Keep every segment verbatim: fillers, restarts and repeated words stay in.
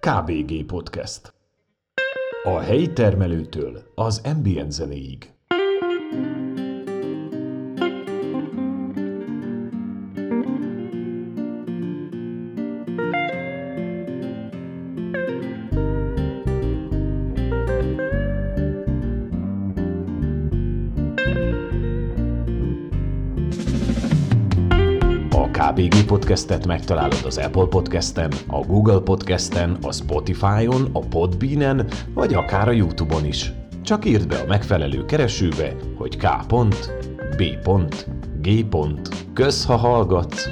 ká bé gé Podcast. A helyi termelőtől az ambient zenéig. A ká bé gé Podcastet megtalálod az Apple Podcasten, a Google Podcasten, a Spotify-on, a Podbeanen, vagy akár a YouTube-on is. Csak írd be a megfelelő keresőbe, hogy K B G. Kösz, ha hallgatsz!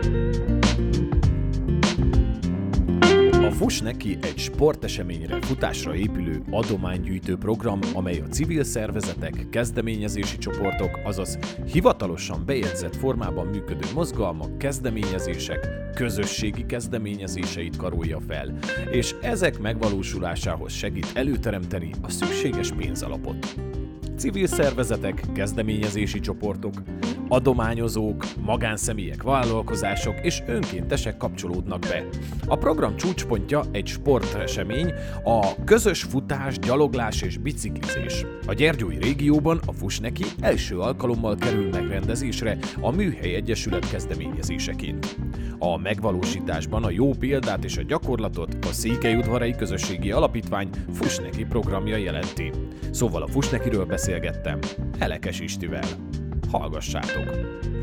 A Fuss neki egy sporteseményre, futásra épülő adománygyűjtő program, amely a civil szervezetek, kezdeményezési csoportok, azaz hivatalosan bejegyzett formában működő mozgalmak, kezdeményezések, közösségi kezdeményezéseit karolja fel, és ezek megvalósulásához segít előteremteni a szükséges pénzalapot. Civil szervezetek, kezdeményezési csoportok, adományozók, magánszemélyek, vállalkozások és önkéntesek kapcsolódnak be. A program csúcspontja egy sportesemény, a közös futás, gyaloglás és biciklizés. A gyergyói régióban a Fuss neki első alkalommal kerül megrendezésre a Műhely Egyesület kezdeményezéseként. A megvalósításban a jó példát és a gyakorlatot a Székelyudvarhelyi Közösségi Alapítvány Fuss neki programja jelenti. Szóval a Fuss nekiről beszélgettem Helekes Istivel. Hallgassátok!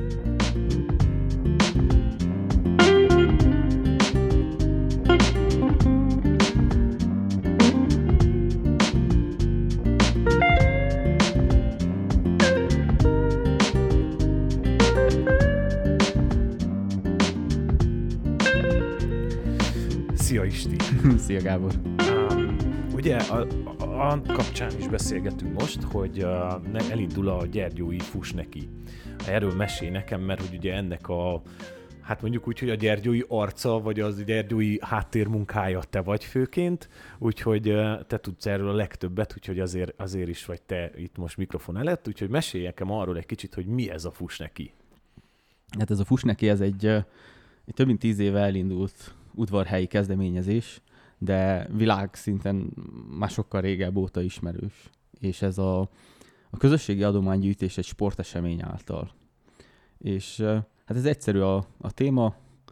Szia Isti! Szia Gábor! Um, ugye a, a, a kapcsán is beszélgetünk most, hogy uh, elindul a gyergyói Fuss neki. Erről mesélj nekem, mert hogy ugye ennek a, hát mondjuk úgy, hogy a gyergyói arca, vagy az gyergyói háttérmunkája te vagy főként, úgyhogy te tudsz erről a legtöbbet, úgyhogy azért, azért is vagy te itt most mikrofon előtt, úgyhogy mesélj nekem arról egy kicsit, hogy mi ez a Fuss neki. Hát ez a Fuss neki, ez egy, egy több mint tíz éve elindult udvarhelyi kezdeményezés, de világszinten már sokkal régebb óta ismerős. És ez a, a közösségi adománygyűjtés egy sportesemény által. És hát ez egyszerű a, a téma,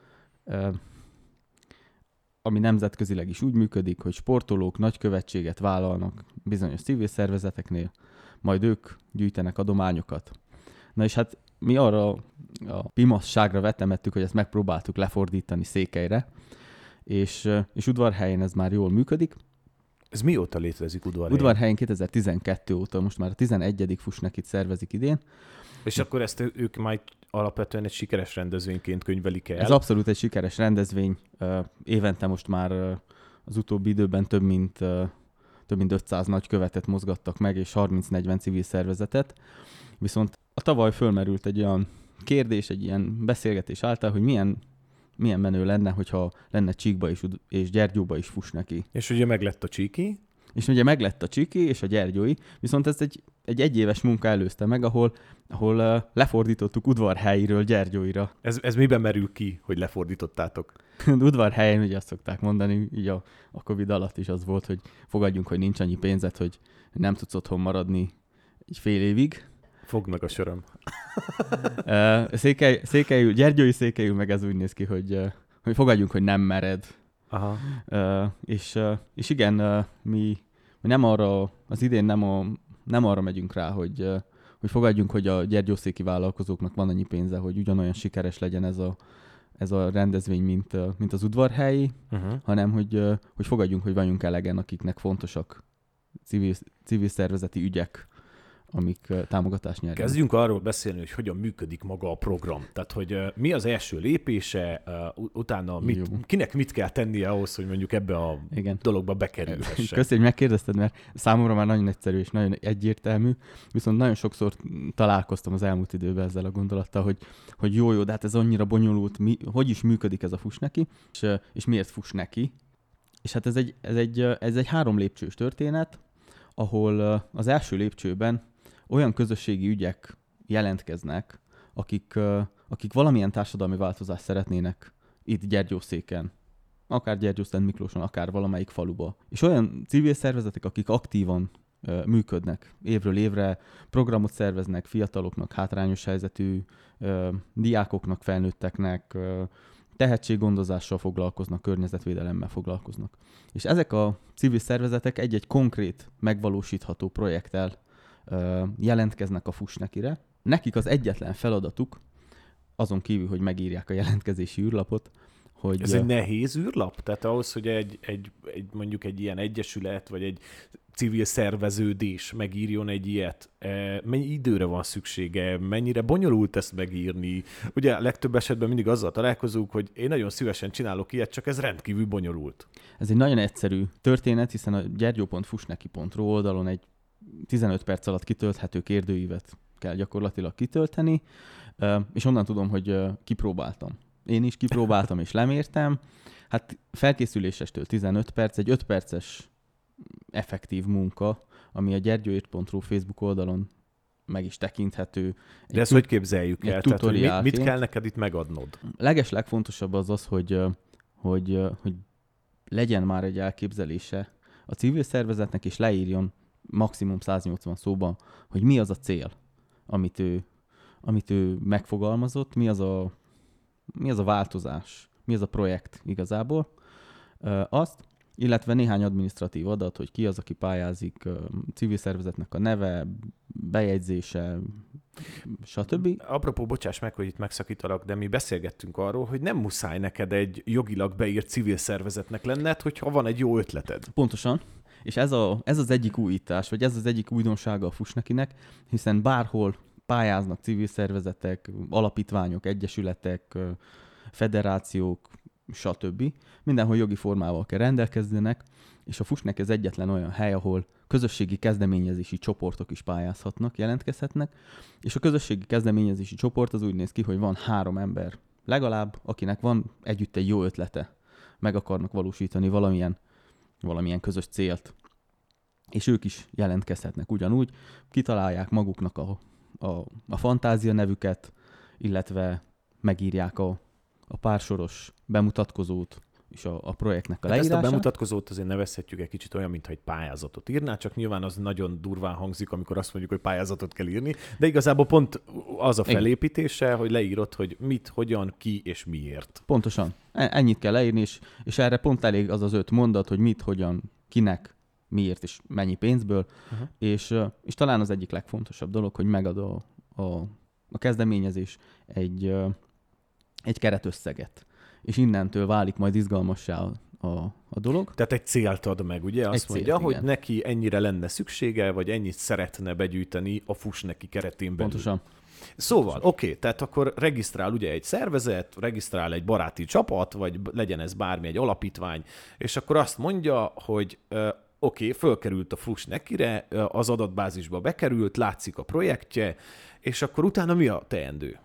ami nemzetközileg is úgy működik, hogy sportolók nagykövetséget vállalnak bizonyos civil szervezeteknél, majd ők gyűjtenek adományokat. Na és hát mi arra a pimasságra vetemettük, hogy ezt megpróbáltuk lefordítani Székelyre, és, és Udvarhelyen ez már jól működik. Ez mióta létezik Udvarhelyen? Udvarhelyen kétezer-tizenkettő óta, most már a tizenegyedik Fuss nekit szervezik idén. És akkor ezt ők majd alapvetően egy sikeres rendezvényként könyvelik el? Ez abszolút egy sikeres rendezvény. Évente most már az utóbbi időben több mint, több mint ötszáz nagykövetet mozgattak meg, és harminc-negyven civil szervezetet. Viszont a tavaly fölmerült egy olyan kérdés, egy ilyen beszélgetés által, hogy milyen milyen menő lenne, hogyha lenne Csíkba is, és Gyergyóba is Fuss neki. És ugye meglett a Csíki? És ugye meglett a Csíki és a Gyergyói, viszont ez egy, egy egyéves munka előzte meg, ahol, ahol uh, lefordítottuk Udvarhelyiről Gyergyóira. Ez, ez miben merül ki, hogy lefordítottátok? Udvarhelyen ugye azt szokták mondani, így a, a Covid alatt is az volt, hogy fogadjunk, hogy nincs annyi pénzed, hogy nem tudsz otthon maradni egy fél évig. Fogd meg a söröm. Székely, székelyül, Gyergyói Székelyül meg ez úgy néz ki, hogy, hogy fogadjunk, hogy nem mered. Aha. Uh, és, uh, és igen, uh, mi, mi nem arra, az idén nem, a, nem arra megyünk rá, hogy, uh, hogy fogadjunk, hogy a gyergyószéki vállalkozóknak van annyi pénze, hogy ugyanolyan sikeres legyen ez a, ez a rendezvény, mint, uh, mint az udvarhelyi, uh-huh. hanem hogy, uh, hogy fogadjunk, hogy vagyunk elegen, akiknek fontosak civil, civil szervezeti ügyek, amik támogatást nyernek. Kezdjünk arról beszélni, hogy hogyan működik maga a program. Tehát, hogy uh, mi az első lépése, uh, utána mit, kinek mit kell tennie ahhoz, hogy mondjuk ebbe a Igen. dologba bekerülhessen. Köszönjük, hogy megkérdezted, mert számomra már nagyon egyszerű és nagyon egyértelmű, viszont nagyon sokszor találkoztam az elmúlt időben ezzel a gondolattal, hogy, hogy jó, jó, de hát ez annyira bonyolult, mi, hogy is működik ez a Fuss neki, és, és miért Fuss neki. És hát ez egy, ez, egy, ez egy három lépcsős történet, ahol az első lépcsőben olyan közösségi ügyek jelentkeznek, akik, akik valamilyen társadalmi változást szeretnének itt Gyergyószéken akár Gyergyószent Miklóson, akár valamelyik faluba. És olyan civil szervezetek, akik aktívan ö, működnek, évről évre programot szerveznek fiataloknak, hátrányos helyzetű ö, diákoknak, felnőtteknek, ö, tehetséggondozással foglalkoznak, környezetvédelemmel foglalkoznak. És ezek a civil szervezetek egy-egy konkrét, megvalósítható projekttel ö, jelentkeznek a Fussnekire. Nekik az egyetlen feladatuk, azon kívül, hogy megírják a jelentkezési űrlapot, hogy... Ez egy nehéz űrlap? Tehát ahhoz, hogy egy, egy, egy mondjuk egy ilyen egyesület, vagy egy civil szerveződés megírjon egy ilyet, mennyi időre van szüksége, mennyire bonyolult ezt megírni? Ugye legtöbb esetben mindig azzal találkozunk, hogy én nagyon szívesen csinálok ilyet, csak ez rendkívül bonyolult. Ez egy nagyon egyszerű történet, hiszen a gyergyó pont fussneki pont ro oldalon egy tizenöt perc alatt kitölthető kérdőívet kell gyakorlatilag kitölteni, és onnan tudom, hogy kipróbáltam. Én is kipróbáltam és lemértem. Hát felkészülésestől tizenöt perc, egy öt perces effektív munka, ami a gyergyóért pont ro Facebook oldalon meg is tekinthető. De ezt tu- hogy képzeljük el? Tehát, hogy mit, mit kell neked itt megadnod? Leges legfontosabb az az, hogy, hogy, hogy legyen már egy elképzelése a civil szervezetnek, és leírjon maximum száznyolcvan szóban, hogy mi az a cél, amit ő, amit ő megfogalmazott, mi az a, mi az a változás, mi az a projekt igazából. Azt, illetve néhány adminisztratív adat, hogy ki az, aki pályázik, civil szervezetnek a neve, bejegyzése, stb. Apropó, bocsáss meg, hogy itt megszakítalak, de mi beszélgettünk arról, hogy nem muszáj neked egy jogilag beírt civil szervezetnek lenned, hogyha van egy jó ötleted. Pontosan. És ez, a, ez az egyik újítás, vagy ez az egyik újdonsága a Fussnekinek, hiszen bárhol pályáznak civil szervezetek, alapítványok, egyesületek, federációk, stb. Mindenhol jogi formával kell rendelkezzenek, és a Fussnek ez egyetlen olyan hely, ahol közösségi kezdeményezési csoportok is pályázhatnak, jelentkezhetnek, és a közösségi kezdeményezési csoport az úgy néz ki, hogy van három ember legalább, akinek van együtt egy jó ötlete, meg akarnak valósítani valamilyen, valamilyen közös célt. És ők is jelentkezhetnek ugyanúgy, kitalálják maguknak a, a, a fantázia nevüket, illetve megírják a, a pársoros bemutatkozót és a, a projektnek a leírása. Ezt a bemutatkozót azért nevezhetjük egy kicsit olyan, mintha egy pályázatot írná, csak nyilván az nagyon durván hangzik, amikor azt mondjuk, hogy pályázatot kell írni, de igazából pont az a felépítése, hogy leírod, hogy mit, hogyan, ki és miért. Pontosan. Ennyit kell leírni, és, és erre pont elég az az öt mondat, hogy mit, hogyan, kinek, miért és mennyi pénzből, uh-huh. és, és talán az egyik legfontosabb dolog, hogy megad a, a, a kezdeményezés egy, egy keretösszeget. És innentől válik majd izgalmassá a, a, a dolog. Tehát egy célt ad meg, ugye? Azt egy mondja, célt, hogy igen. neki ennyire lenne szüksége, vagy ennyit szeretne begyűjteni a Fussneki keretén belül. Pontosan. Szóval, oké, okay, tehát akkor regisztrál ugye egy szervezet, regisztrál egy baráti csapat, vagy legyen ez bármi, egy alapítvány, és akkor azt mondja, hogy uh, oké, okay, fölkerült a Fussnekire, az adatbázisba bekerült, látszik a projektje, és akkor utána mi a teendő?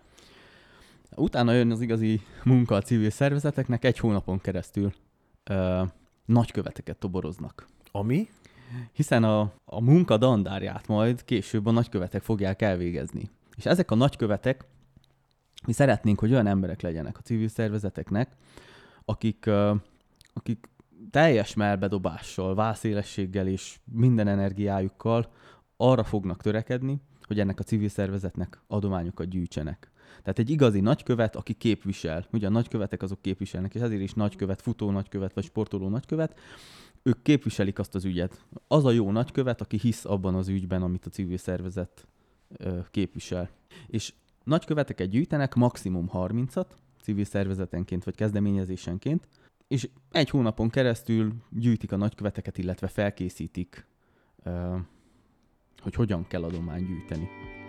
Utána jön az igazi munka a civil szervezeteknek, egy hónapon keresztül ö, nagyköveteket toboroznak. Ami? Hiszen a, a munka dandárját majd később a nagykövetek fogják elvégezni. És ezek a nagykövetek, mi szeretnénk, hogy olyan emberek legyenek a civil szervezeteknek, akik, ö, akik teljes melbedobással, válszélességgel és minden energiájukkal arra fognak törekedni, hogy ennek a civil szervezetnek adományokat gyűjtsenek. Tehát egy igazi nagykövet, aki képvisel, ugye a nagykövetek azok képviselnek, és ezért is nagykövet, futó nagykövet, vagy sportoló nagykövet, ők képviselik azt az ügyet. Az a jó nagykövet, aki hisz abban az ügyben, amit a civil szervezet ö, képvisel. És nagyköveteket gyűjtenek, maximum harmincat, civil szervezetenként, vagy kezdeményezésenként, és egy hónapon keresztül gyűjtik a nagyköveteket, illetve felkészítik, ö, hogy hogyan kell adományt gyűjteni.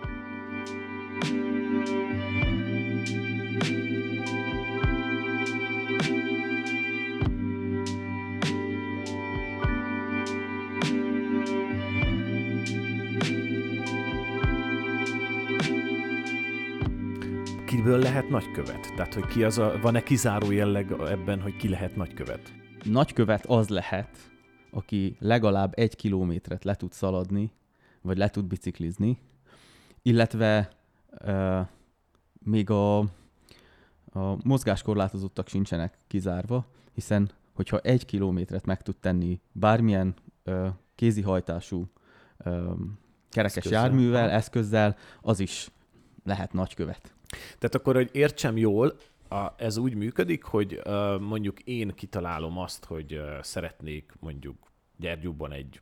Kiből lehet nagykövet? Tehát, hogy ki az a, van-e kizáró jelleg ebben, hogy ki lehet nagykövet? Nagykövet az lehet, aki legalább egy kilométert le tud szaladni, vagy le tud biciklizni, illetve uh, még a, a mozgáskorlátozottak sincsenek kizárva, hiszen hogyha egy kilométert meg tud tenni bármilyen ö, kézihajtású ö, kerekes Eszközzel. járművel, Aha. eszközzel, az is lehet nagykövet. Tehát akkor, hogy értsem jól, a, ez úgy működik, hogy uh, mondjuk én kitalálom azt, hogy uh, szeretnék mondjuk Gyergyóban egy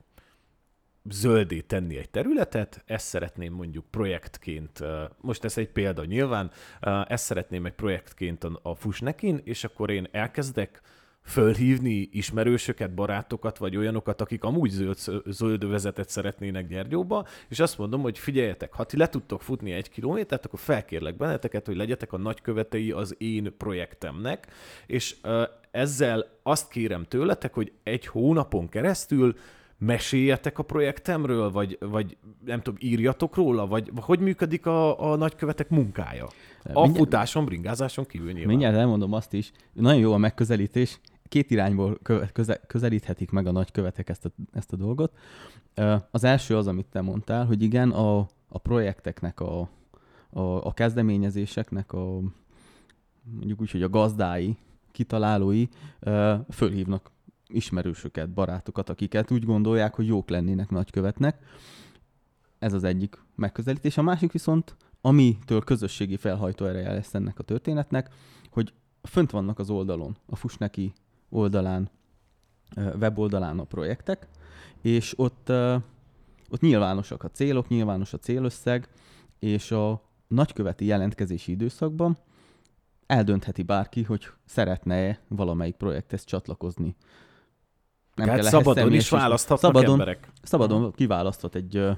zöldé tenni egy területet, ezt szeretném mondjuk projektként, uh, most ez egy példa nyilván, uh, ezt szeretném egy projektként a, a Fusnekin, és akkor én elkezdek fölhívni ismerősöket, barátokat, vagy olyanokat, akik amúgy zöld, zöldövezetet szeretnének Gyergyóba, és azt mondom, hogy figyeljetek, ha ti le tudtok futni egy kilométert, akkor felkérlek benneteket, hogy legyetek a nagykövetei az én projektemnek, és uh, ezzel azt kérem tőletek, hogy egy hónapon keresztül meséljetek a projektemről, vagy, vagy nem tudom, írjatok róla, vagy hogy működik a, a nagykövetek munkája? A Mindjárt- futáson, bringázáson kívül nyilván. Mindjárt elmondom azt is, nagyon jó a megközelítés, két irányból köve- köze- közelíthetik meg a nagykövetek ezt a, ezt a dolgot. Ö, Az első az, amit te mondtál, hogy igen, a, a projekteknek, a, a, a kezdeményezéseknek, a, mondjuk úgy, hogy a gazdái, kitalálói ö, fölhívnak ismerősöket, barátokat, akiket úgy gondolják, hogy jók lennének nagykövetnek. Ez az egyik megközelítés. A másik viszont, amitől közösségi felhajtó ereje lesz ennek a történetnek, hogy fönt vannak az oldalon, a Fusneki oldalán, weboldalán a projektek, és ott, ott nyilvánosak a célok, nyilvános a célösszeg, és a nagyköveti jelentkezési időszakban eldöntheti bárki, hogy szeretne-e valamelyik projekthez csatlakozni. Nem Tehát kell ehhez szabadon személyes- is választhatnak szabadon, emberek. Szabadon kiválaszthat egy, ö,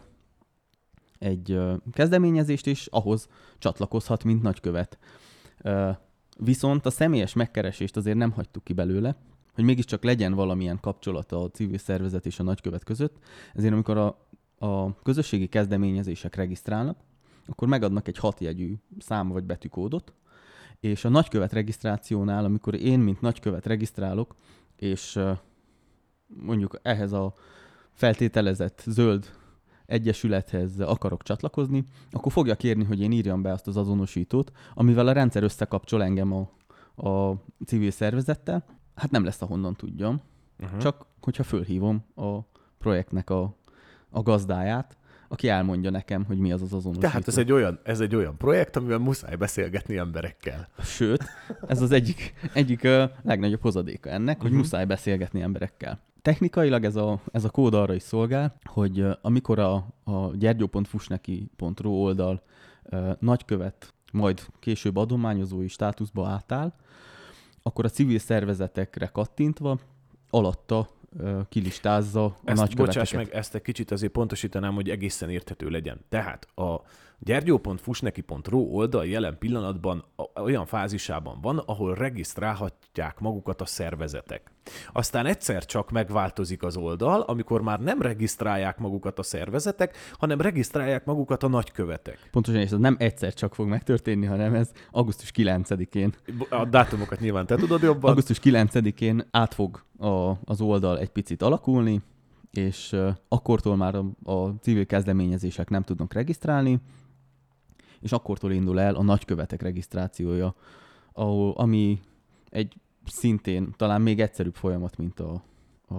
egy ö, kezdeményezést, és ahhoz csatlakozhat, mint nagykövet. Ö, Viszont a személyes megkeresést azért nem hagytuk ki belőle, hogy mégiscsak legyen valamilyen kapcsolata a civil szervezet és a nagykövet között. Ezért amikor a, a közösségi kezdeményezések regisztrálnak, akkor megadnak egy hatjegyű szám vagy betűkódot, és a nagykövet regisztrációnál, amikor én, mint nagykövet regisztrálok, és ö, mondjuk ehhez a feltételezett zöld egyesülethez akarok csatlakozni, akkor fogja kérni, hogy én írjam be azt az azonosítót, amivel a rendszer összekapcsol engem a, a civil szervezettel. Hát nem lesz, ahonnan tudjam. Uh-huh. Csak hogyha fölhívom a projektnek a, a gazdáját, aki elmondja nekem, hogy mi az az azonosító. Tehát ez egy olyan, ez egy olyan projekt, amivel muszáj beszélgetni emberekkel. Sőt, ez az egyik, egyik uh, legnagyobb hozadéka ennek, hogy Uh-huh. muszáj beszélgetni emberekkel. Technikailag ez a, ez a kód arra is szolgál, hogy uh, amikor a, a gyergyó pont fusneki pont ro oldal uh, nagykövet, majd később adományozói státuszba átáll, akkor a civil szervezetekre kattintva alatta uh, kilistázza a Ezt, nagyköveteket. bocsáss meg, ezt egy kicsit azért pontosítanám, hogy egészen érthető legyen. Tehát a gyergyó pont fusneki pont ro oldal jelen pillanatban olyan fázisában van, ahol regisztrálhatják magukat a szervezetek. Aztán egyszer csak megváltozik az oldal, amikor már nem regisztrálják magukat a szervezetek, hanem regisztrálják magukat a nagykövetek. Pontosan, és ez nem egyszer csak fog megtörténni, hanem ez augusztus kilencedikén. A dátumokat nyilván te tudod jobban. augusztus kilencedikén át fog a, az oldal egy picit alakulni, és uh, akkortól már a, a civil kezdeményezések nem tudnak regisztrálni, és akkortól indul el a nagykövetek regisztrációja, ahol, ami egy szintén talán még egyszerűbb folyamat, mint a, a,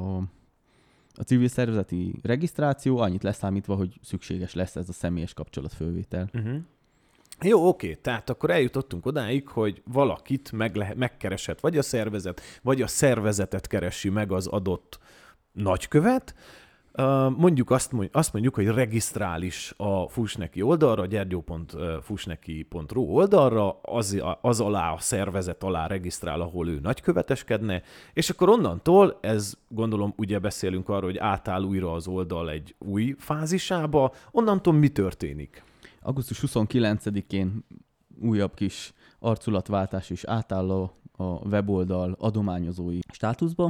a civil szervezeti regisztráció, annyit leszámítva, hogy szükséges lesz ez a személyes kapcsolatfölvétel. Uh-huh. Jó, oké, tehát akkor eljutottunk odáig, hogy valakit meg lehet, megkeresett, vagy a szervezet, vagy a szervezetet keresi meg az adott nagykövet. Mondjuk azt, azt mondjuk, hogy regisztrál is a Fusneki oldalra, a gyergyó pont fusneki pont ro oldalra, az, az alá, a szervezet alá regisztrál, ahol ő nagyköveteskedne, és akkor onnantól, ez gondolom ugye beszélünk arról, hogy átáll újra az oldal egy új fázisába, onnantól mi történik? augusztus huszonkilencedikén újabb kis arculatváltás is átáll a, a weboldal adományozói státuszba,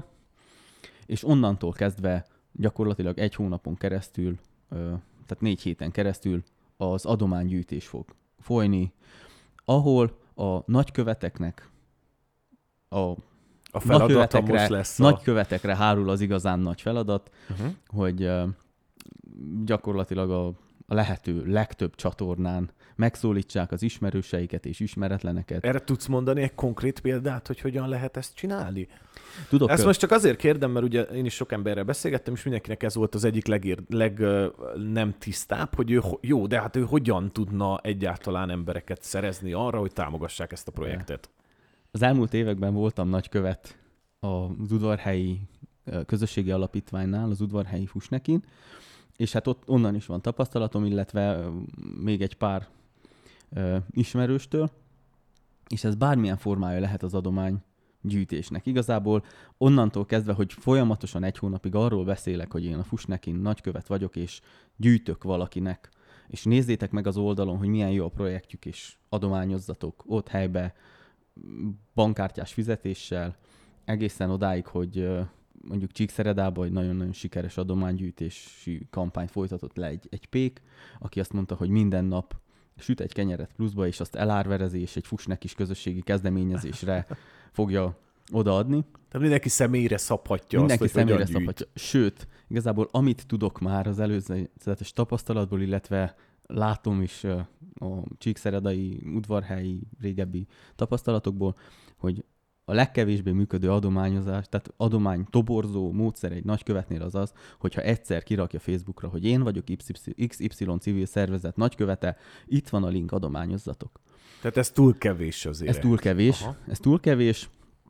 és onnantól kezdve gyakorlatilag egy hónapon keresztül, tehát négy héten keresztül az adománygyűjtés fog folyni, ahol a nagyköveteknek a, a feladata most lesz a... nagykövetekre hárul az igazán nagy feladat, uh-huh. hogy gyakorlatilag a a lehető legtöbb csatornán megszólítsák az ismerőseiket és ismeretleneket. Erre tudsz mondani egy konkrét példát, hogy hogyan lehet ezt csinálni? Tudok, Ezt ö... most csak azért kérdem, mert ugye én is sok emberrel beszélgettem, és mindenkinek ez volt az egyik legér, leg nem tisztább, hogy ő jó, de hát ő hogyan tudna egyáltalán embereket szerezni arra, hogy támogassák ezt a projektet. Az elmúlt években voltam nagykövet az udvarhelyi közösségi alapítványnál, az udvarhelyi Fusnekin, és hát ott onnan is van tapasztalatom, illetve még egy pár ö, ismerőstől, és ez bármilyen formája lehet az adománygyűjtésnek. Igazából onnantól kezdve, hogy folyamatosan egy hónapig arról beszélek, hogy én a Fusnekin nagykövet vagyok, és gyűjtök valakinek, és nézzétek meg az oldalon, hogy milyen jó a projektjük, és adományozzatok ott helybe bankkártyás fizetéssel, egészen odáig, hogy mondjuk Csíkszeredában egy nagyon-nagyon sikeres adománygyűjtési kampányt folytatott le egy, egy pék, aki azt mondta, hogy minden nap süt egy kenyeret pluszba, és azt elárverezi, és egy Fusnek is közösségi kezdeményezésre fogja odaadni. Tehát mindenki személyre szabhatja mindenki azt, hogy személyre szabhatja. Sőt, igazából amit tudok már az előzetes tapasztalatból, illetve látom is a csíkszeredai, udvarhelyi, régebbi tapasztalatokból, hogy a legkevésbé működő adományozás, tehát adomány toborzó módszer egy nagykövetnél az az, hogyha egyszer kirakja Facebookra, hogy én vagyok iksz ipszilon civil szervezet nagykövete, itt van a link, adományozzatok. Tehát ez túl kevés azért. Ez túl kevés, Aha. ez túl kevés.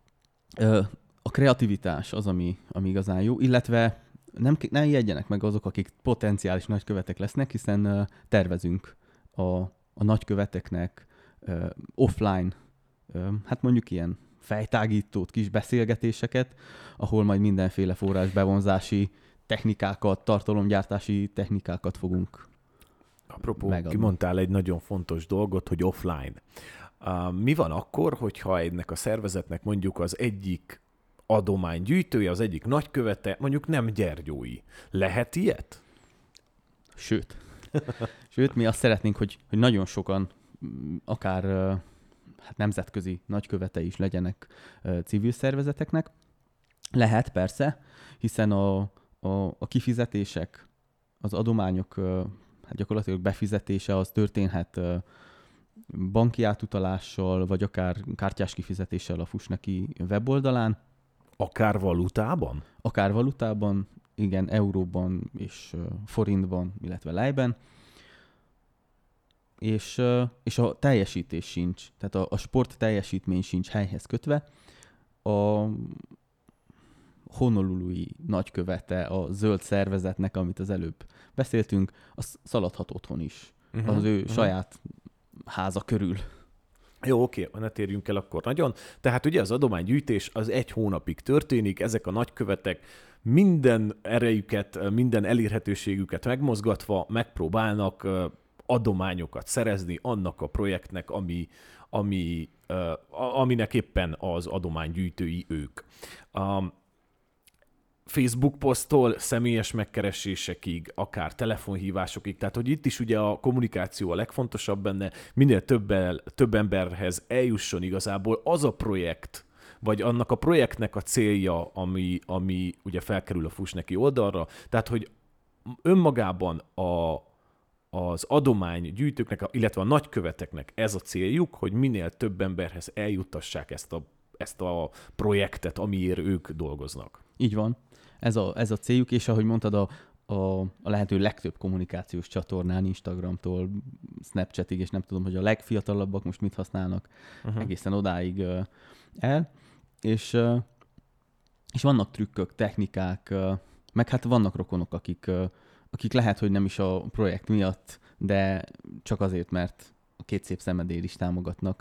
A kreativitás az, ami, ami igazán jó, illetve nem, ne ijedjenek meg azok, akik potenciális nagykövetek lesznek, hiszen tervezünk a, a nagyköveteknek offline, hát mondjuk ilyen fejtágítót, kis beszélgetéseket, ahol majd mindenféle forrásbevonzási technikákat, tartalomgyártási technikákat fogunk Apropó, megadni. Kimondtál egy nagyon fontos dolgot, hogy offline. Uh, mi van akkor, hogyha ennek a szervezetnek mondjuk az egyik adománygyűjtője, az egyik nagykövete, mondjuk nem Gyergyói? Lehet ilyet? Sőt. Sőt, mi azt szeretnénk, hogy, hogy nagyon sokan, akár hát nemzetközi nagykövete is legyenek civil szervezeteknek. Lehet persze, hiszen a, a, a kifizetések, az adományok hát gyakorlatilag befizetése az történhet banki átutalással, vagy akár kártyás kifizetéssel a Fusneki weboldalán. Akár valutában? Akár valutában, igen, euróban és forintban, illetve lejben. És, és a teljesítés sincs, tehát a, a sport teljesítmény sincs helyhez kötve. A Honolului nagykövete a zöld szervezetnek, amit az előbb beszéltünk, az szaladhat otthon is. Uh-huh, az ő uh-huh. saját háza körül. Jó, oké, ne térjünk el akkor nagyon. Tehát ugye az adománygyűjtés az egy hónapig történik, ezek a nagykövetek minden erejüket, minden elérhetőségüket megmozgatva megpróbálnak adományokat szerezni annak a projektnek, ami, ami, uh, aminek éppen az adománygyűjtői ők. Um, Facebook poszttól személyes megkeresésekig, akár telefonhívásokig, tehát hogy itt is ugye a kommunikáció a legfontosabb benne, minél többel, több emberhez eljusson igazából az a projekt, vagy annak a projektnek a célja, ami, ami ugye felkerül a Fusneki oldalra, tehát hogy önmagában a az adománygyűjtőknek, illetve a nagyköveteknek ez a céljuk, hogy minél több emberhez eljuttassák ezt a, ezt a projektet, amiért ők dolgoznak. Így van. Ez a, ez a céljuk, és ahogy mondtad, a, a, a lehető legtöbb kommunikációs csatornán, Instagramtól, Snapchatig, és nem tudom, hogy a legfiatalabbak most mit használnak uh-huh. egészen odáig uh, el. És, uh, és vannak trükkök, technikák, uh, meg hát vannak rokonok, akik uh, akik lehet, hogy nem is a projekt miatt, de csak azért, mert a Két szép szemedél is támogatnak.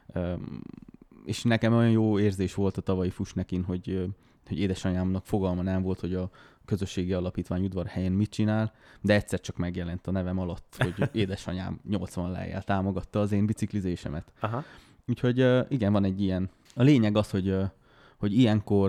És nekem olyan jó érzés volt a tavalyi Fusnekin, hogy, hogy édesanyámnak fogalma nem volt, hogy a közösségi alapítvány udvarhelyen mit csinál, de egyszer csak megjelent a nevem alatt, hogy édesanyám nyolcvan lejjel támogatta az én biciklizésemet. Aha. Úgyhogy igen, van egy ilyen. A lényeg az, hogy, hogy ilyenkor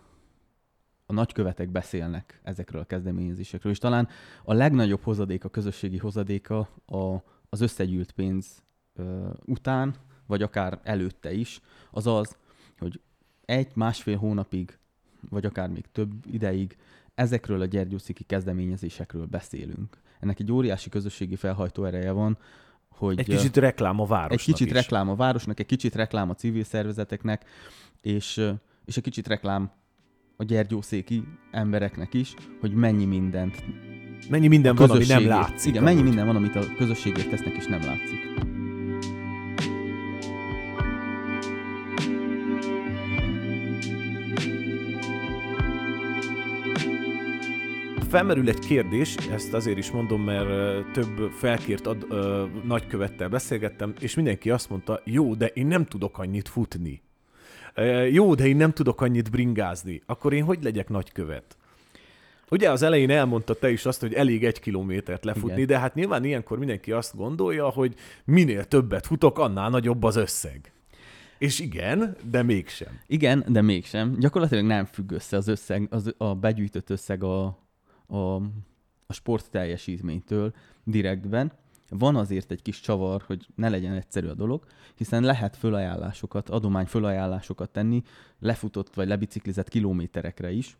a nagykövetek beszélnek ezekről a kezdeményezésekről, és talán a legnagyobb hozadék, a közösségi hozadéka a, az összegyűlt pénz ö, után, vagy akár előtte is, az az, hogy egy-másfél hónapig, vagy akár még több ideig ezekről a gyergyószéki kezdeményezésekről beszélünk. Ennek egy óriási közösségi felhajtó ereje van, hogy... Egy kicsit reklám a városnak Egy kicsit is. reklám a városnak, egy kicsit reklám a civil szervezeteknek, és, és egy kicsit reklám a gyergyószéki embereknek is, hogy mennyi mindent... Mennyi minden van, ami nem látszik. Igen, mennyi minden van, amit a közösségért tesznek, és nem látszik. Felmerül egy kérdés, ezt azért is mondom, mert több felkért ad, ö, nagykövettel beszélgettem, és mindenki azt mondta, jó, de én nem tudok annyit futni. E, jó, de én nem tudok annyit bringázni. Akkor én hogy legyek nagykövet? Ugye az elején elmondta te is azt, hogy elég egy kilométert lefutni, igen. De hát nyilván ilyenkor mindenki azt gondolja, hogy minél többet futok, annál nagyobb az összeg. És igen, de mégsem. Igen, de mégsem. Gyakorlatilag nem függ össze az összeg, az, a begyűjtött összeg a, a, a sport teljesítménytől direktben. Van azért egy kis csavar, hogy ne legyen egyszerű a dolog, hiszen lehet fölajánlásokat, adomány fölajánlásokat tenni lefutott vagy lebiciklizett kilométerekre is,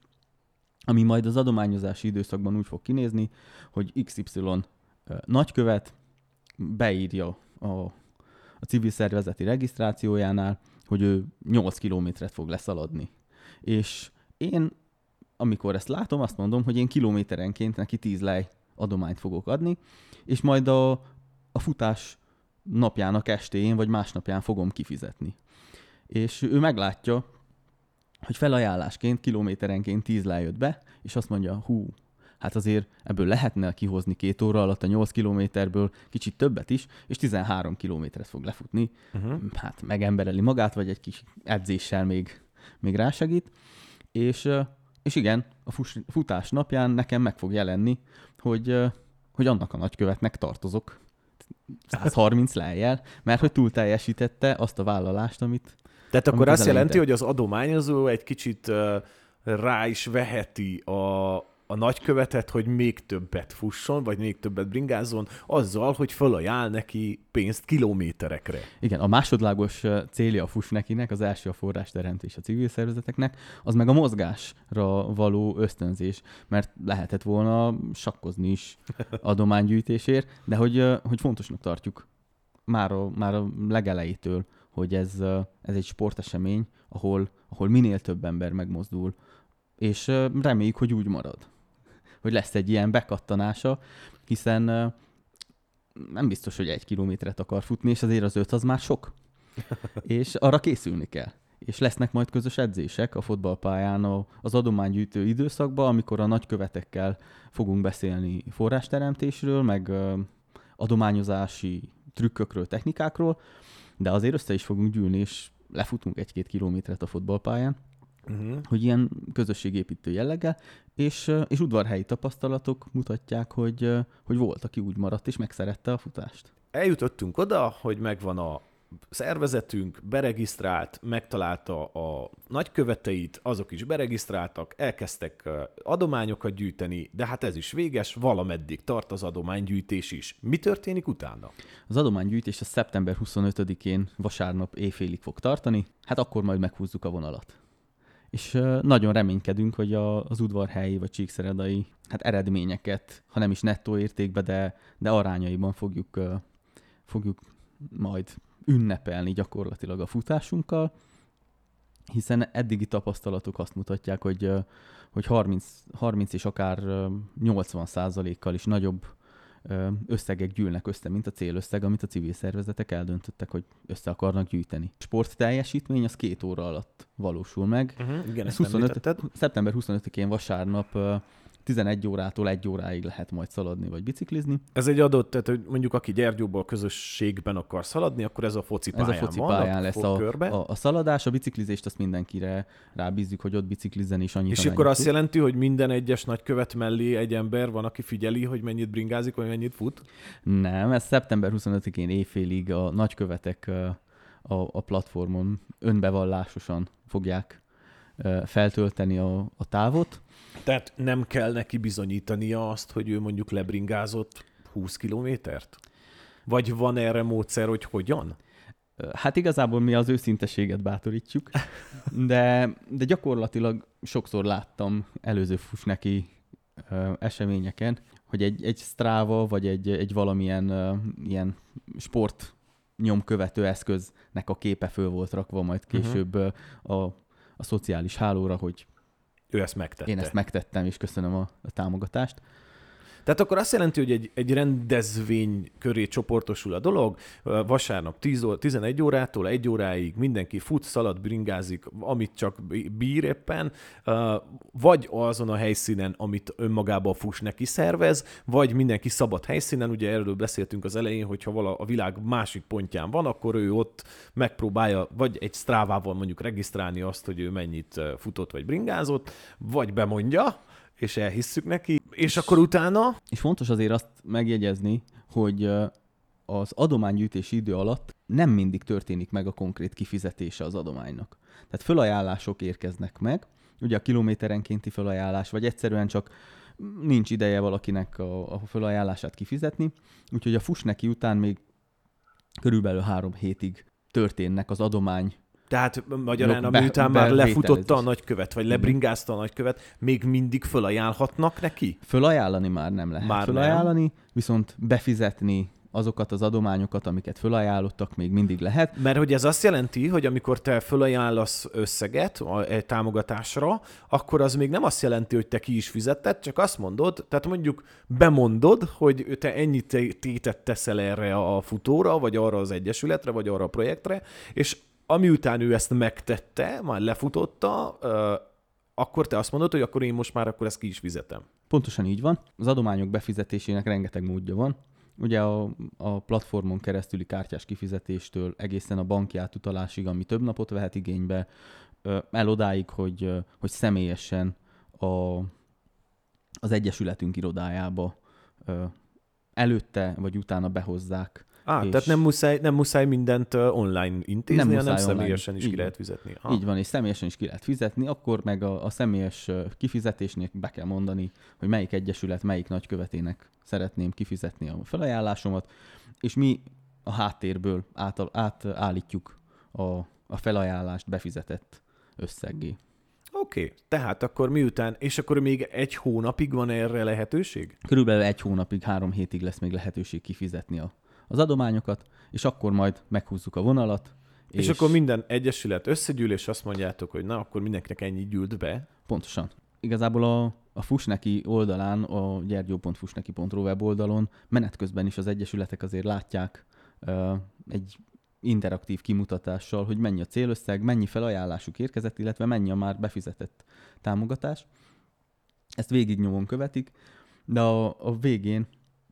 ami majd az adományozási időszakban úgy fog kinézni, hogy iksz ipszilon nagykövet beírja a, a civil szervezeti regisztrációjánál, hogy ő nyolc kilométert fog leszaladni. És én, amikor ezt látom, azt mondom, hogy én kilométerenként neki tíz lej adományt fogok adni, és majd a, a futás napjának estéjén, vagy másnapján fogom kifizetni. És ő meglátja, hogy felajánlásként kilométerenként tíz lejött be, és azt mondja, hú, hát azért ebből lehetne kihozni két óra alatt a nyolc kilométerből kicsit többet is, és tizenhárom kilométert fog lefutni. Uh-huh. Hát megembereli magát, vagy egy kis edzéssel még, még rásegít. És, és igen, a futás napján nekem meg fog jelenni, hogy, hogy annak a nagykövetnek tartozok száz harminc lejjel, mert hogy túl teljesítette azt a vállalást, amit Tehát akkor azt jelenti, hogy az adományozó egy kicsit uh, rá is veheti a, a nagykövetet, hogy még többet fusson, vagy még többet bringázzon, azzal, hogy felajánl neki pénzt kilométerekre. Igen, a másodlagos célja a Fussnekinek, az első a forrásteremtés a civil szervezeteknek, az meg a mozgásra való ösztönzés, mert lehetett volna sakkozni is adománygyűjtésért, de hogy, hogy fontosnak tartjuk már a, már a legelejétől, hogy ez, ez egy sportesemény, ahol, ahol minél több ember megmozdul, és reméljük, hogy úgy marad. Hogy lesz egy ilyen bekattanása, hiszen nem biztos, hogy egy kilométeret akar futni, és azért az öt az már sok. És arra készülni kell. És lesznek majd közös edzések a fotballpályán az adománygyűjtő időszakban, amikor a nagykövetekkel fogunk beszélni forrásteremtésről, meg adományozási trükkökről, technikákról, de azért össze is fogunk gyűlni, és lefutunk egy-két kilométert a fotballpályán, uh-huh. hogy ilyen közösségépítő jelleggel, és, és udvarhelyi tapasztalatok mutatják, hogy, hogy volt, aki úgy maradt, és megszerette a futást. Eljutottunk oda, hogy megvan a szervezetünk, beregisztrált, megtalálta a nagyköveteit, azok is beregisztráltak, elkezdtek adományokat gyűjteni, de hát ez is véges, valameddig tart az adománygyűjtés is. Mi történik utána? Az adománygyűjtés a szeptember huszonötödikén vasárnap éjfélig fog tartani, hát akkor majd meghúzzuk a vonalat. És nagyon reménykedünk, hogy az udvarhelyi vagy csíkszeredai hát eredményeket, ha nem is nettó értékben, de, de arányaiban fogjuk, fogjuk majd ünnepelni gyakorlatilag a futásunkkal, hiszen eddigi tapasztalatok azt mutatják, hogy, hogy harminc, harminc és akár nyolcvan százalékkal is nagyobb összegek gyűlnek össze, mint a célösszeg, amit a civil szervezetek eldöntöttek, hogy össze akarnak gyűjteni. Sport teljesítmény az két óra alatt valósul meg. Uh-huh, igen, ezt huszonöt, szeptember huszonötödikén vasárnap tizenegy órától egy óráig lehet majd szaladni vagy biciklizni. Ez egy adott, tehát hogy mondjuk aki Gyergyóból közösségben akar szaladni, akkor ez a focipályán Ez a focipályán van, lesz a, a, a szaladás, a biciklizést azt mindenkire rábízzük, hogy ott biciklizzen és annyit. És akkor azt tud. Jelenti, hogy minden egyes nagykövet mellé egy ember van, aki figyeli, hogy mennyit bringázik, vagy mennyit fut? Nem, ez szeptember huszonötödikén éjfélig a nagykövetek a, a platformon önbevallásosan fogják feltölteni a, a távot. Tehát nem kell neki bizonyítania azt, hogy ő mondjuk lebringázott húsz kilométert? Vagy van erre módszer, hogy hogyan? Hát igazából mi az őszinteséget bátorítjuk, de, de gyakorlatilag sokszor láttam előző Fussneki uh, eseményeken, hogy egy, egy Strava vagy egy, egy valamilyen uh, ilyen sport nyomkövető eszköznek a képe föl volt rakva majd később uh-huh. a, a szociális hálóra, hogy ő ezt megtette. Én ezt megtettem, és köszönöm a, a támogatást. Tehát akkor azt jelenti, hogy egy, egy rendezvény köré csoportosul a dolog, vasárnap tíz óra, tizenegy órától egy óráig mindenki fut, szalad, bringázik, amit csak bír éppen, vagy azon a helyszínen, amit önmagában a Fussneki szervez, vagy mindenki szabad helyszínen, ugye erről beszéltünk az elején, hogyha vala a világ másik pontján van, akkor ő ott megpróbálja, vagy egy Strávával mondjuk regisztrálni azt, hogy ő mennyit futott vagy bringázott, vagy bemondja, és elhisszük neki, és, és akkor utána... És fontos azért azt megjegyezni, hogy az adománygyűjtési idő alatt nem mindig történik meg a konkrét kifizetése az adománynak. Tehát fölajánlások érkeznek meg, ugye a kilométerenkénti fölajánlás, vagy egyszerűen csak nincs ideje valakinek a, a fölajánlását kifizetni, úgyhogy a Fussneki után még körülbelül három hétig történnek az adomány. Tehát magyarán, ami után már lefutotta a nagykövet, vagy lebringázta a nagykövet, még mindig fölajánlhatnak neki? Fölajánlani már nem lehet. Már fölajánlani, nem. Viszont befizetni azokat az adományokat, amiket fölajánlottak, még mindig lehet. Mert hogy ez azt jelenti, hogy amikor te fölajánlasz összeget egy támogatásra, akkor az még nem azt jelenti, hogy te ki is fizetted, csak azt mondod, tehát mondjuk bemondod, hogy te ennyit tétet teszel erre a futóra, vagy arra az egyesületre, vagy arra a projektre, és amiután ő ezt megtette, már lefutotta, akkor te azt mondod, hogy akkor én most már akkor ezt ki is fizetem. Pontosan így van. Az adományok befizetésének rengeteg módja van. Ugye a, a platformon keresztüli kártyás kifizetéstől egészen a banki átutalásig, ami több napot vehet igénybe, el odáig, hogy, hogy személyesen a, az egyesületünk irodájába előtte vagy utána behozzák. Á, tehát nem muszáj, nem muszáj mindent online intézni, nem hanem személyesen is így ki lehet fizetni. Ah. Így van, és személyesen is ki lehet fizetni, akkor meg a, a személyes kifizetésnél be kell mondani, hogy melyik egyesület, melyik nagykövetének szeretném kifizetni a felajánlásomat, és mi a háttérből át, átállítjuk a, a felajánlást befizetett összeggé. Oké, okay. Tehát akkor miután, és akkor még egy hónapig van erre lehetőség? Körülbelül egy hónapig, három hétig lesz még lehetőség kifizetni a az adományokat, és akkor majd meghúzzuk a vonalat. És, és akkor minden egyesület összegyűl, és azt mondjátok, hogy na, akkor mindenkinek ennyi gyűlt be. Pontosan. Igazából a, a Fussneki oldalán, a gyergyó pont fussneki pont ro weboldalon menet közben is az egyesületek azért látják uh, egy interaktív kimutatással, hogy mennyi a célösszeg, mennyi felajánlásuk érkezett, illetve mennyi a már befizetett támogatás. Ezt végig nyomon követik, de a, a végén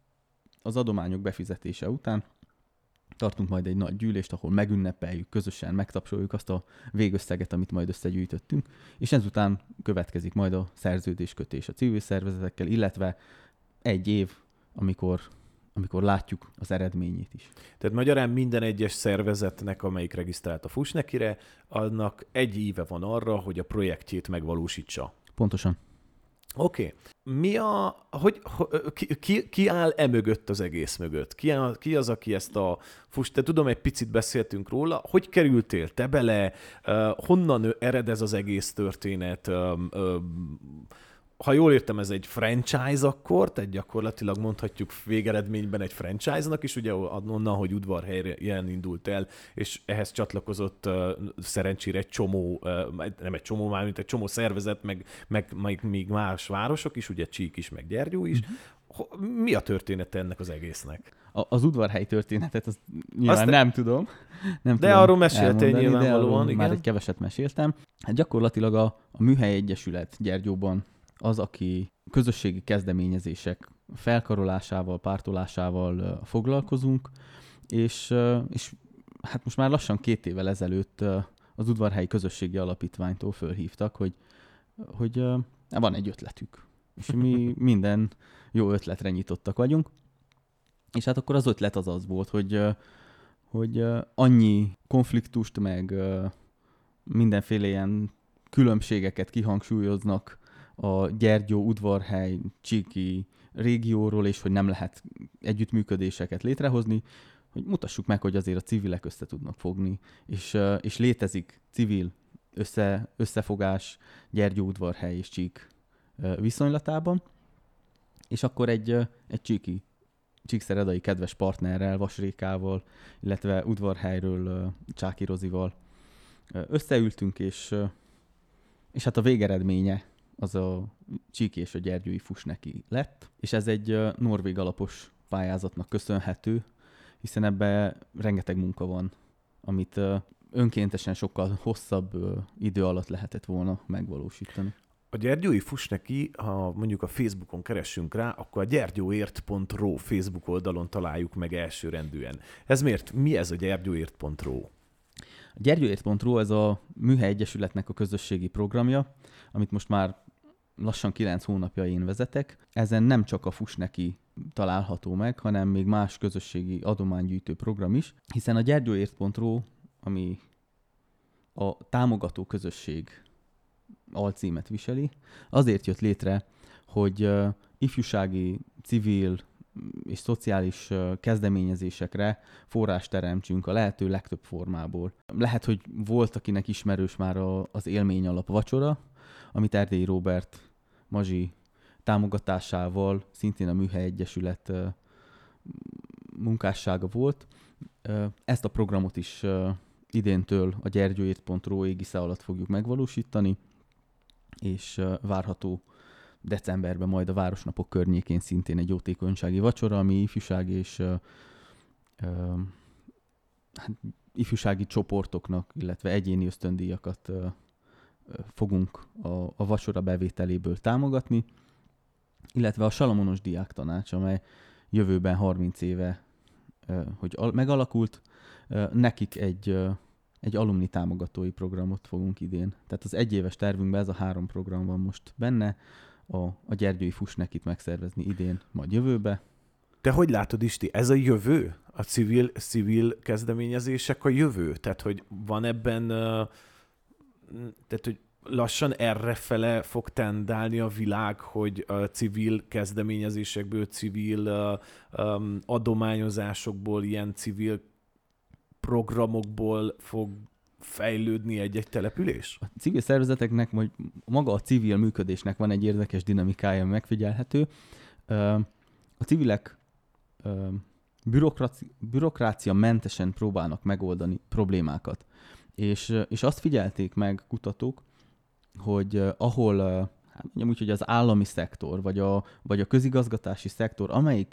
az adományok befizetése után tartunk majd egy nagy gyűlést, ahol megünnepeljük, közösen megtapsoljuk azt a végösszeget, amit majd összegyűjtöttünk, és ezután következik majd a szerződéskötés a civil szervezetekkel, illetve egy év, amikor, amikor látjuk az eredményét is. Tehát magyarán minden egyes szervezetnek, amelyik regisztrált a Fussnekire, annak egy éve van arra, hogy a projektjét megvalósítsa. Pontosan. Oké. Okay. Mi a, hogy, ki, ki, ki áll e mögött az egész mögött? Ki, a, ki az, aki ezt a Fuss, te tudom, egy picit beszéltünk róla, hogy kerültél te bele, uh, honnan ered ez az egész történet? Um, um, ha jól értem, ez egy franchise akkor, tehát gyakorlatilag mondhatjuk végeredményben egy franchise-nak is, ugye onnan, hogy Udvarhelyen indult el, és ehhez csatlakozott uh, szerencsére egy csomó, uh, nem egy csomó már, mint egy csomó szervezet, meg, meg, meg még más városok is, ugye Csík is, meg Gyergyó is. Uh-huh. Mi a története ennek az egésznek? A, az Udvarhely történetet, azt nyilván azt nem tudom. Nem de tudom arról meséltél nyilvánvalóan, igen. Már egy keveset meséltem. Hát gyakorlatilag a, a Műhely Egyesület Gyergyóban az, aki közösségi kezdeményezések felkarolásával, pártolásával foglalkozunk, és, és hát most már lassan két évvel ezelőtt az Udvarhelyi Közösségi Alapítványtól fölhívtak, hogy, hogy van egy ötletük, és mi minden jó ötletre nyitottak vagyunk. És hát akkor az ötlet az az volt, hogy, hogy annyi konfliktust, meg mindenféle ilyen különbségeket kihangsúlyoznak a Gyergyó, Udvarhely, Csíki régióról, és hogy nem lehet együttműködéseket létrehozni, hogy mutassuk meg, hogy azért a civilek össze tudnak fogni, és, és létezik civil össze, összefogás Gyergyóudvarhely és Csík viszonylatában, és akkor egy, egy csíki, csíkszeredai kedves partnerrel, Vas Rékával, illetve Udvarhelyről Csáki Rozival összeültünk, és, és hát a végeredménye az a csíki és a gyergyói Fusneki lett, és ez egy norvég alapos pályázatnak köszönhető, hiszen ebben rengeteg munka van, amit önkéntesen sokkal hosszabb idő alatt lehetett volna megvalósítani. A Gyergyói Fusneki, ha mondjuk a Facebookon keressünk rá, akkor a gyergyóért pont ro Facebook oldalon találjuk meg elsőrendűen. Ez miért? Mi ez a gyergyóért pont ro? A gyergyóért pont ro ez a Műhely Egyesületnek a közösségi programja, amit most már lassan kilenc hónapja én vezetek. Ezen nem csak a Fusneki található meg, hanem még más közösségi adománygyűjtő program is, hiszen a gyergyóért pont ro, ami a támogató közösség alcímet viseli, azért jött létre, hogy uh, ifjúsági, civil és szociális uh, kezdeményezésekre forrást teremtsünk a lehető legtöbb formából. Lehet, hogy volt, akinek ismerős már a, az élmény alap vacsora, amit Erdélyi Róbert Mazsi támogatásával, szintén a Műhely Egyesület uh, munkássága volt. Uh, ezt a programot is uh, idéntől a gyergyóért pont ro égisze alatt fogjuk megvalósítani, és várható decemberben majd a Városnapok környékén szintén egy jótékonysági vacsora, ami ifjúsági és uh, uh, hát, ifjúsági csoportoknak, illetve egyéni ösztöndíjakat uh, fogunk a, a vacsora bevételéből támogatni, illetve a Salamonos Diák Tanács, amely jövőben harminc éve, uh, hogy al- megalakult, uh, nekik egy uh, egy alumni támogatói programot fogunk idén. Tehát az egyéves tervünkben ez a három program van most benne, a, a Gyergyói Fusnekit megszervezni idén, majd jövőbe. Te hogy látod, Isti, ez a jövő? A civil, civil kezdeményezések a jövő? Tehát, hogy van ebben, uh, tehát, hogy lassan errefele fog tendálni a világ, hogy a civil kezdeményezésekből, civil uh, um, adományozásokból, ilyen civil programokból fog fejlődni egy-egy település? A civil szervezeteknek, vagy maga a civil működésnek van egy érdekes dinamikája, megfigyelhető. A civilek bürokrácia, bürokrácia mentesen próbálnak megoldani problémákat. És, és azt figyelték meg kutatók, hogy ahol hát mondjam úgy, hogy az állami szektor, vagy a, vagy a közigazgatási szektor, amelyik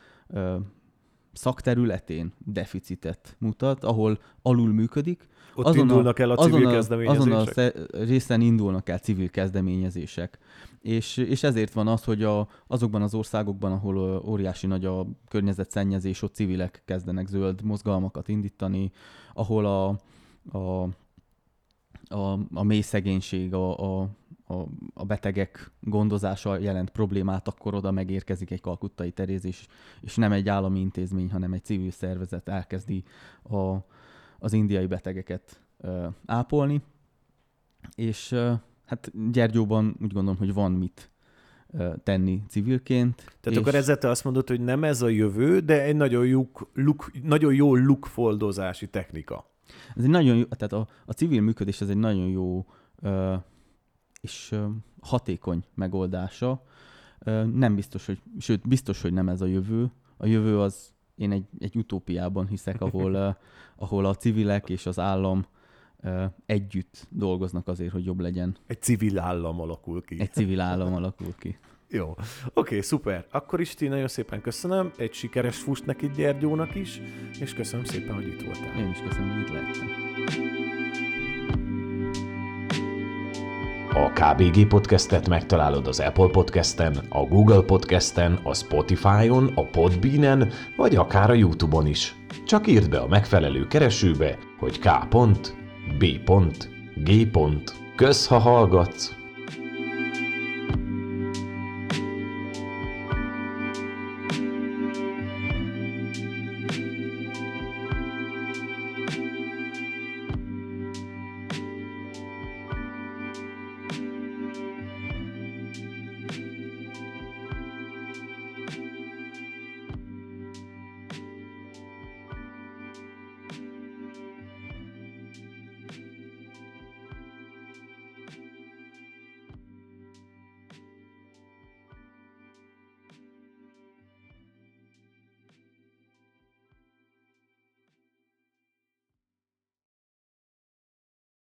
szakterületén deficitet mutat, ahol alul működik. Ott azon indulnak a, el a civil azon a, kezdeményezések? Azon a sze- részen indulnak el civil kezdeményezések. És, és ezért van az, hogy a, azokban az országokban, ahol óriási nagy a környezetszennyezés, ott civilek kezdenek zöld mozgalmakat indítani, ahol a, a, a, a mély szegénység, a, a A, a betegek gondozása jelent problémát, akkor oda megérkezik egy kalkuttai Teréz, és, és nem egy állami intézmény, hanem egy civil szervezet elkezdi a, az indiai betegeket ö, ápolni. És ö, hát Gyergyóban úgy gondolom, hogy van mit ö, tenni civilként. Tehát és... akkor ezzel te azt mondod, hogy nem ez a jövő, de egy nagyon jó, luk, nagyon jó lukfoldozási technika. Ez egy nagyon jó, tehát a, a civil működés ez egy nagyon jó ö, és hatékony megoldása. Nem biztos, hogy, sőt, biztos, hogy nem ez a jövő. A jövő az, én egy, egy utópiában hiszek, ahol, ahol a civilek és az állam együtt dolgoznak azért, hogy jobb legyen. Egy civil állam alakul ki. Egy civil állam alakul ki. Jó. Oké, okay, szuper. Akkor Isti, nagyon szépen köszönöm. Egy sikeres Fusneki Gyergyónak is, és köszönöm szépen, hogy itt voltál. Én is köszönöm, hogy itt lehettem. A ká bé gé Podcastet megtalálod az Apple Podcasten, a Google Podcasten, a Spotify-on, a Podbeanen, vagy akár a YouTube-on is. Csak írd be a megfelelő keresőbe, hogy K. B. G. Kösz, ha hallgatsz!